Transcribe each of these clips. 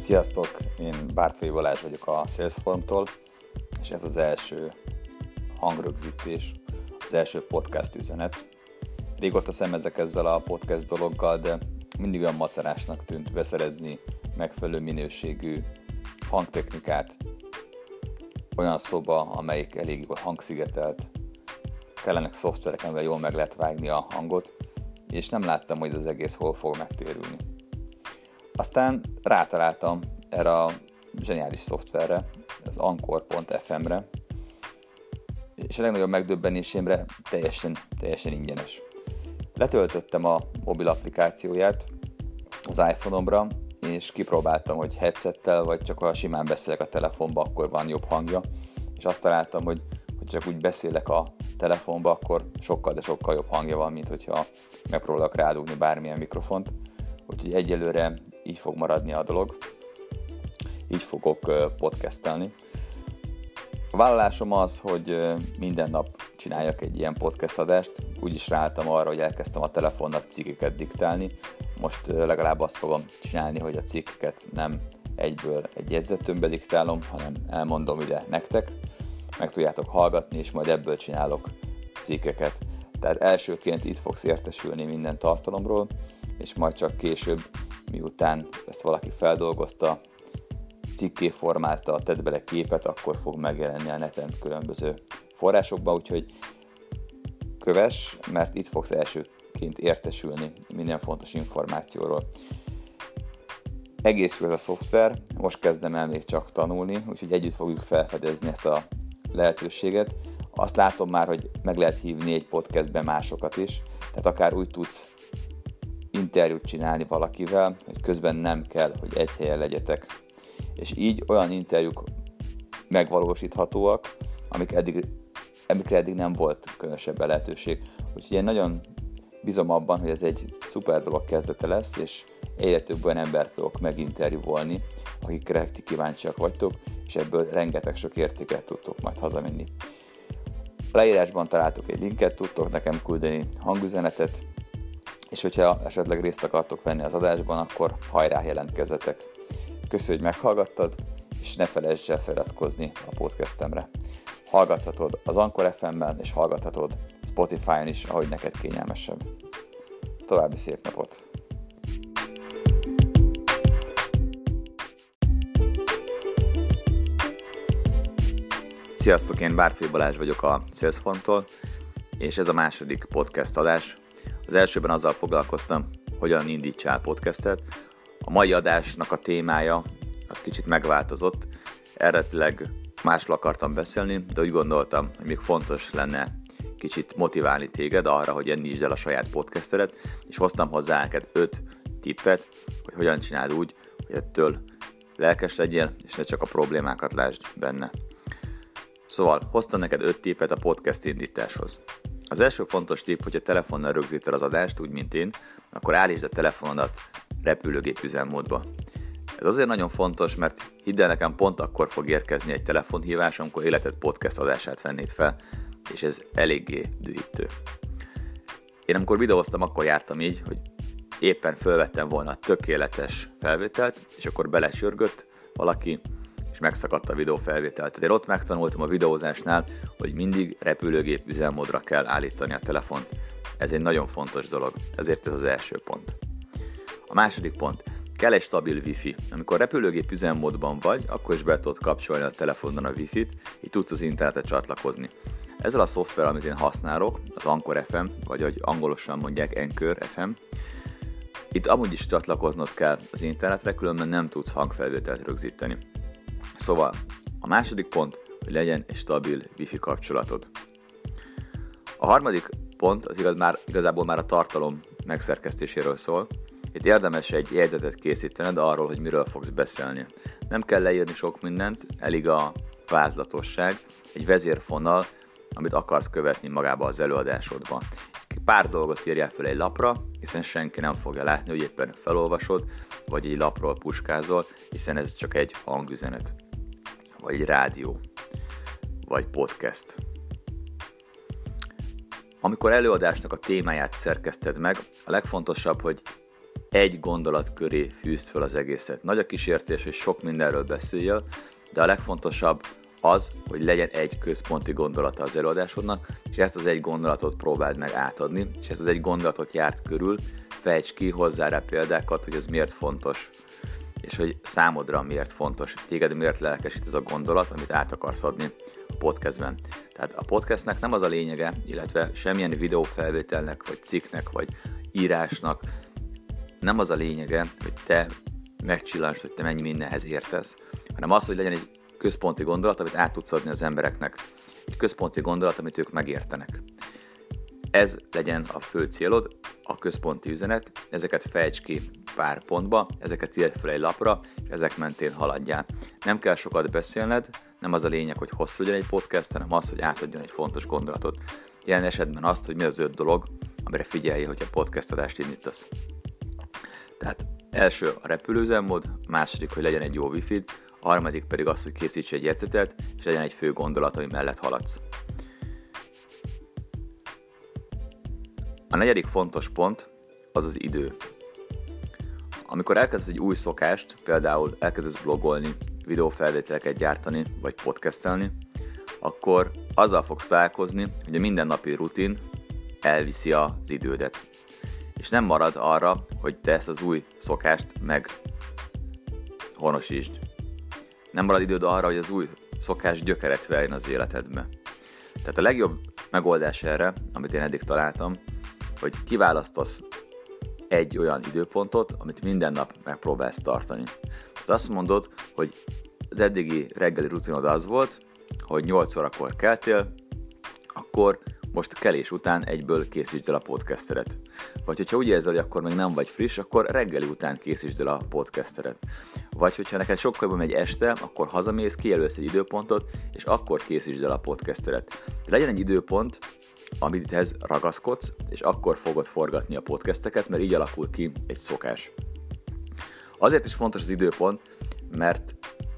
Sziasztok! Én Bártfai Balázs vagyok a Salesforce-tól, és ez az első hangrögzítés, az első podcast üzenet. Régóta szemezek ezzel a podcast dologgal, de mindig olyan macerásnak tűnt beszerezni megfelelő minőségű hangtechnikát, olyan szóba, amelyik elég jól hangszigetelt, kellenek szoftverek, amivel jól meg lehet vágni a hangot, és nem láttam, hogy az egész hol fog megtérülni. Aztán rátaláltam erre a zseniális szoftverre, az Anchor.fm-re, és a legnagyobb megdöbbenésemre teljesen ingyenes. Letöltöttem a mobil applikációját az iPhone-omra, és kipróbáltam, hogy headsettel, vagy csak ha simán beszélek a telefonba, akkor van jobb hangja, és azt találtam, hogy csak úgy beszélek a telefonba, akkor sokkal jobb hangja van, mint hogyha megpróbálok rádugni bármilyen mikrofont. Úgyhogy egyelőre így fog maradni a dolog. Így fogok podcastelni. A vállalásom az, hogy minden nap csináljak egy ilyen podcast adást. Úgyis ráálltam arra, hogy elkezdtem a telefonnak cikkeket diktálni. Most legalább azt fogom csinálni, hogy a cikkeket nem egyből egy jegyzetőmbe diktálom, hanem elmondom ide nektek. Meg tudjátok hallgatni, és majd ebből csinálok cikkeket. Tehát elsőként itt fogsz értesülni minden tartalomról, és majd csak később, miután ezt valaki feldolgozta, cikké formálta, tett bele képet, akkor fog megjelenni a neten különböző forrásokban, úgyhogy kövess, mert itt fogsz elsőként értesülni minden fontos információról. Egész jó ez a szoftver, most kezdem el még csak tanulni, úgyhogy együtt fogjuk felfedezni ezt a lehetőséget. Azt látom már, hogy meg lehet hívni egy podcastben másokat is, tehát akár úgy tudsz interjút csinálni valakivel, hogy közben nem kell, hogy egy helyen legyetek. És így olyan interjúk megvalósíthatóak, amikre eddig nem volt különösebben lehetőség. Úgyhogy én nagyon bízom abban, hogy ez egy szuper dolog kezdete lesz, és egyre több olyan embert tudok meginterjúvolni, akikre ti kíváncsiak vagytok, és ebből rengeteg sok értéket tudtok majd hazavinni. A leírásban találtok egy linket, tudtok nekem küldeni hangüzenetet, és hogyha esetleg részt akartok venni az adásban, akkor hajrá, jelentkezzetek. Köszönöm, hogy meghallgattad, és ne felejtsd el feliratkozni a podcastemre. Hallgathatod az Anchor FM-ben, és hallgathatod Spotify-on is, ahogy neked kényelmesebb. További szép napot! Sziasztok, én Bártfai Balázs vagyok a Salesforce-tól, és ez a második podcast adás. Az elsőben azzal foglalkoztam, hogyan indítsál podcastet. A mai adásnak a témája az kicsit megváltozott. Eredetileg másról akartam beszélni, de úgy gondoltam, hogy még fontos lenne kicsit motiválni téged arra, hogy indítsd el a saját podcastedet, és hoztam hozzá neked 5 tippet, hogy hogyan csináld úgy, hogy ettől lelkes legyél, és ne csak a problémákat lásd benne. Szóval hoztam neked 5 tippet a podcast indításhoz. Az első fontos tipp, hogyha telefonnal rögzíted az adást, úgy mint én, akkor állítsd a telefonodat repülőgép üzemmódba. Ez azért nagyon fontos, mert hidd el nekem, pont akkor fog érkezni egy telefonhívás, amikor életed podcast adását vennéd fel, és ez eléggé dühítő. Én amikor videóztam, akkor jártam így, hogy éppen fölvettem volna a tökéletes felvételt, és akkor belecsörgött valaki, és megszakadt a videófelvétel. Tehát én ott megtanultam a videózásnál, hogy mindig repülőgép üzemmódra kell állítani a telefont. Ez egy nagyon fontos dolog, ezért ez az első pont. A második pont, kell egy stabil wifi. Amikor repülőgép üzemmódban vagy, akkor is be tudod kapcsolni a telefonon a wifi-t, így tudsz az internetre csatlakozni. Ezzel a szoftverrel, amit én használok, az Anchor FM, vagy ahogy angolosan mondják, Anchor FM, itt amúgy is csatlakoznod kell az internetre, különben nem tudsz hangfelvételt rögzíteni. Szóval a második pont, hogy legyen egy stabil wifi kapcsolatod. A harmadik pont az igazából már a tartalom megszerkesztéséről szól. Itt érdemes egy jegyzetet készítened arról, hogy miről fogsz beszélni. Nem kell leírni sok mindent, elég a vázlatosság, egy vezérfonal, amit akarsz követni magába az előadásodban. Pár dolgot írjál fel egy lapra, hiszen senki nem fogja látni, hogy éppen felolvasod, vagy egy lapról puskázol, hiszen ez csak egy hangüzenet, vagy egy rádió, vagy podcast. Amikor előadásnak a témáját szerkeszted meg, a legfontosabb, hogy egy gondolat köré fűzd fel az egészet. Nagy a kísértés, hogy sok mindenről beszéljél, de a legfontosabb az, hogy legyen egy központi gondolata az előadásodnak, és ezt az egy gondolatot próbáld meg átadni, és ezt az egy gondolatot járt körül, fejtsd ki, hozzá rá példákat, hogy ez miért fontos, és hogy számodra miért fontos, téged miért lelkesít ez a gondolat, amit át akarsz adni a podcastben. Tehát a podcastnek nem az a lényege, illetve semmilyen videófelvételnek, vagy cikknek, vagy írásnak nem az a lényege, hogy te megcsillansd, hogy te mennyi mindenhez értesz, hanem az, hogy legyen egy központi gondolat, amit át tudsz adni az embereknek. Egy központi gondolat, amit ők megértenek. Ez legyen a fő célod, a központi üzenet, ezeket fejtsd ki pár pontba, ezeket írd fel egy lapra, és ezek mentén haladjál. Nem kell sokat beszélned, nem az a lényeg, hogy hosszú legyen egy podcast, hanem az, hogy átadjon egy fontos gondolatot. Jelen esetben azt, hogy mi az 5 dolog, amire figyelj, hogy a podcast adást indítasz. Tehát első a repülőüzemmód, második, hogy legyen egy jó wifi-d, a harmadik pedig az, hogy készíts egy jegyzetet, és legyen egy fő gondolat, ami mellett haladsz. A negyedik fontos pont az az idő. Amikor elkezdesz egy új szokást, például elkezdesz blogolni, videófelvételeket gyártani, vagy podcastelni, akkor azzal fogsz találkozni, hogy a mindennapi rutin elviszi az idődet. És nem marad arra, hogy te ezt az új szokást meghonosítsd. Nem marad időd arra, hogy az új szokás gyökeret verjen az életedbe. Tehát a legjobb megoldás erre, amit én eddig találtam, hogy kiválasztasz egy olyan időpontot, amit minden nap megpróbálsz tartani. Tehát azt mondod, hogy az eddigi reggeli rutinod az volt, hogy 8 órakor keltél, akkor most kelés után egyből készítsd el a podcastedet. Vagy hogyha úgy érzed, hogy akkor még nem vagy friss, akkor reggeli után készítsd el a podcastedet. Vagy hogyha neked sokkal jobban megy este, akkor hazamész, kijelölsz egy időpontot, és akkor készítsd el a podcastedet. Legyen egy időpont, amithez ragaszkodsz, és akkor fogod forgatni a podcasteket, mert így alakul ki egy szokás. Azért is fontos az időpont, mert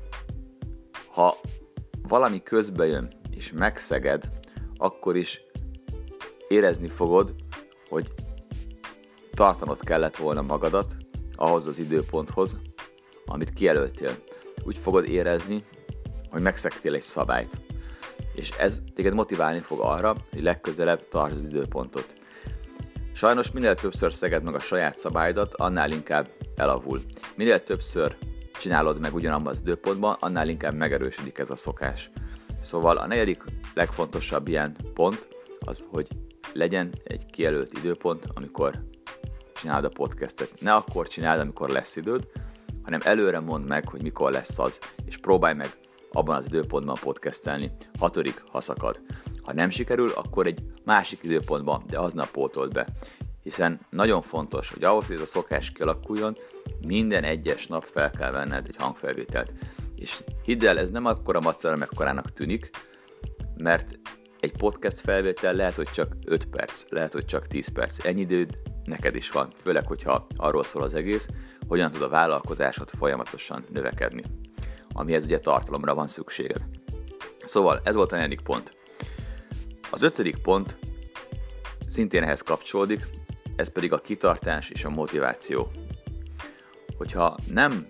ha valami közbe jön, és megszeged, akkor is érezni fogod, hogy tartanod kellett volna magadat ahhoz az időponthoz, amit kijelöltél. Úgy fogod érezni, hogy megszegtél egy szabályt. És ez téged motiválni fog arra, hogy legközelebb tartsd az időpontot. Sajnos minél többször szeged meg a saját szabályodat, annál inkább elavul. Minél többször csinálod meg ugyanabban az időpontban, annál inkább megerősödik ez a szokás. Szóval a negyedik legfontosabb ilyen pont az, hogy legyen egy kijelölt időpont, amikor csináld a podcastet. Ne akkor csináld, amikor lesz időd, hanem előre mondd meg, hogy mikor lesz az, és próbálj meg abban az időpontban podcastelni, ha szakad. Ha nem sikerül, akkor egy másik időpontban, de aznap pótold be. Hiszen nagyon fontos, hogy ahhoz, hogy ez a szokás kialakuljon, minden egyes nap fel kell venned egy hangfelvételt. És hidd el, ez nem akkora macera, mekkorának tűnik, mert egy podcast felvétel lehet, hogy csak 5 perc, lehet, hogy csak 10 perc. Ennyi időd neked is van, főleg, hogyha arról szól az egész, hogyan tud a vállalkozásod folyamatosan növekedni, amihez ugye tartalomra van szükséged. Szóval ez volt a 4. pont. Az 5. pont szintén ehhez kapcsolódik, ez pedig a kitartás és a motiváció. Hogyha nem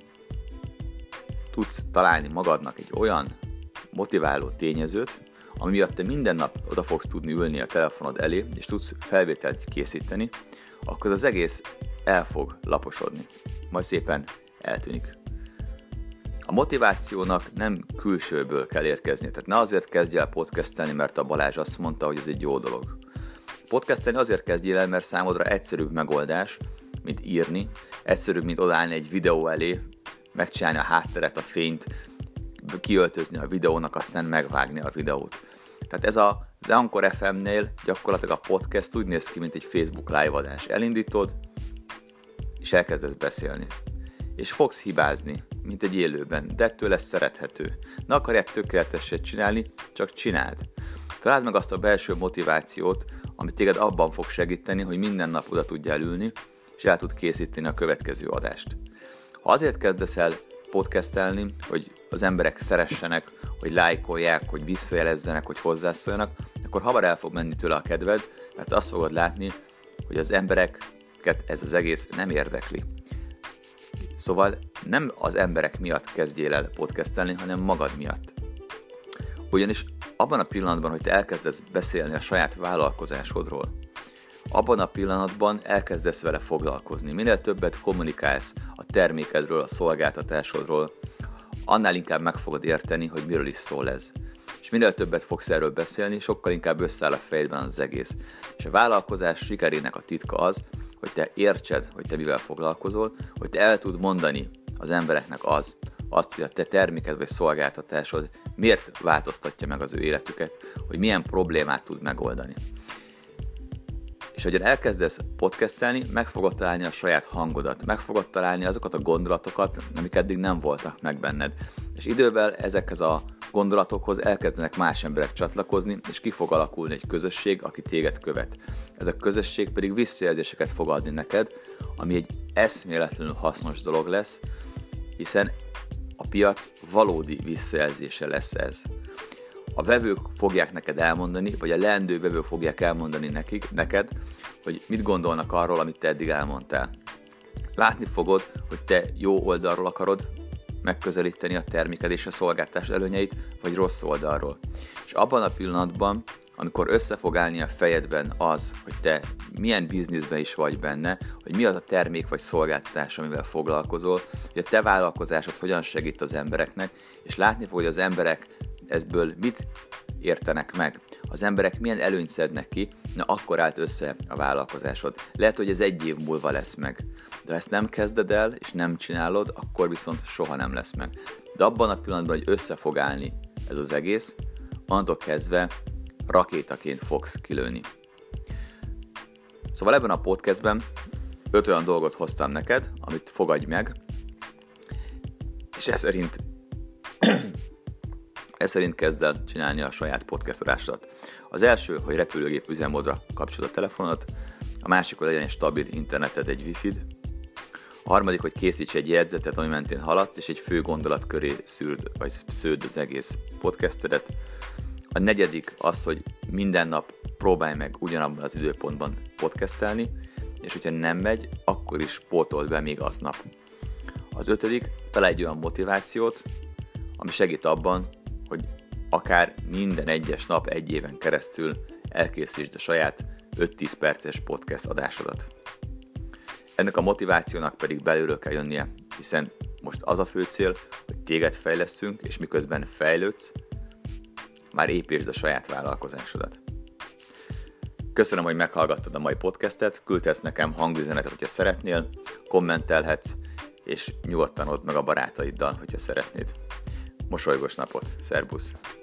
tudsz találni magadnak egy olyan motiváló tényezőt, ami miatt te minden nap oda fogsz tudni ülni a telefonod elé, és tudsz felvételt készíteni, akkor az egész el fog laposodni, majd szépen eltűnik. A motivációnak nem külsőből kell érkezni, tehát ne azért kezdj el podcastelni, mert a Balázs azt mondta, hogy ez egy jó dolog. Podcastelni azért kezdjél el, mert számodra egyszerűbb megoldás, mint írni, egyszerűbb, mint odaállni egy videó elé, megcsinálni a hátteret, a fényt, kiöltözni a videónak, aztán megvágni a videót. Tehát ez az Anchor FM-nél gyakorlatilag a podcast úgy néz ki, mint egy Facebook live adás. Elindítod, és elkezdesz beszélni. És fogsz hibázni, mint egy élőben, de ettől lesz szerethető. Ne akarját tökéleteset csinálni, csak csináld. Találd meg azt a belső motivációt, amit téged abban fog segíteni, hogy minden nap oda tudjál ülni, és el tud készíteni a következő adást. Ha azért kezdesz el podcastelni, hogy az emberek szeressenek, hogy lájkolják, hogy visszajelezzenek, hogy hozzászóljanak, akkor hamar el fog menni tőle a kedved, mert azt fogod látni, hogy az emberek embereket ez az egész nem érdekli. Szóval nem az emberek miatt kezdjél el podcastelni, hanem magad miatt. Ugyanis abban a pillanatban, hogy te elkezdesz beszélni a saját vállalkozásodról, abban a pillanatban elkezdesz vele foglalkozni. Minél többet kommunikálsz a termékedről, a szolgáltatásodról, annál inkább meg fogod érteni, hogy miről is szól ez. És minél többet fogsz erről beszélni, sokkal inkább összeáll a fejedben az egész. És a vállalkozás sikerének a titka az, hogy te értsed, hogy te mivel foglalkozol, hogy te el tud mondani az embereknek azt, hogy a te terméked vagy szolgáltatásod miért változtatja meg az ő életüket, hogy milyen problémát tud megoldani. És ahogyan elkezdesz podcastelni, meg fogod találni a saját hangodat, meg fogod találni azokat a gondolatokat, amik eddig nem voltak meg benned. És idővel ezekhez a gondolatokhoz elkezdenek más emberek csatlakozni, és ki fog alakulni egy közösség, aki téged követ. Ez a közösség pedig visszajelzéseket fog adni neked, ami egy eszméletlenül hasznos dolog lesz, hiszen a piac valódi visszajelzése lesz ez. A vevők fogják neked elmondani, vagy a leendő vevők fogják elmondani neked, hogy mit gondolnak arról, amit te eddig elmondtál. Látni fogod, hogy te jó oldalról akarod megközelíteni a terméked és a szolgáltatás előnyeit, vagy rossz oldalról. És abban a pillanatban, amikor össze fog állni a fejedben az, hogy te milyen bizniszben is vagy benne, hogy mi az a termék vagy szolgáltatás, amivel foglalkozol, hogy a te vállalkozásod hogyan segít az embereknek, és látni fogod, hogy az emberek ebből mit értenek meg. Az emberek milyen előnyt szednek ki, na akkor állt össze a vállalkozásod. Lehet, hogy ez 1 év múlva lesz meg. De ha ezt nem kezded el, és nem csinálod, akkor viszont soha nem lesz meg. De abban a pillanatban, hogy össze fog állni ez az egész, onnantól kezdve rakétaként fogsz kilőni. Szóval ebben a podcastben 5 olyan dolgot hoztam neked, amit fogadj meg, és ez szerint kezd el csinálni a saját podcast adásodat. Az első, hogy repülőgép üzemmódra kapcsolod a telefonot, a másik, hogy legyen egy stabil interneted, egy wifi-d, a harmadik, hogy készíts egy jegyzetet, ami mentén haladsz, és egy fő gondolat köré sződ az egész podcastedet. A negyedik az, hogy minden nap próbálj meg ugyanabban az időpontban podcastelni, és hogyha nem megy, akkor is pótold be még aznap. Az 5. találj egy olyan motivációt, ami segít abban, hogy akár minden egyes nap 1 éven keresztül elkészítsd a saját 5-10 perces podcast adásodat. Ennek a motivációnak pedig belülről kell jönnie, hiszen most az a fő cél, hogy téged fejlesszünk, és miközben fejlődsz, már építsd a saját vállalkozásodat. Köszönöm, hogy meghallgattad a mai podcastet, küldhetsz nekem hangüzenetet, hogyha szeretnél, kommentelhetsz, és nyugodtan oszd meg a barátaiddal, hogyha szeretnéd. Mosolygos napot, szerbusz!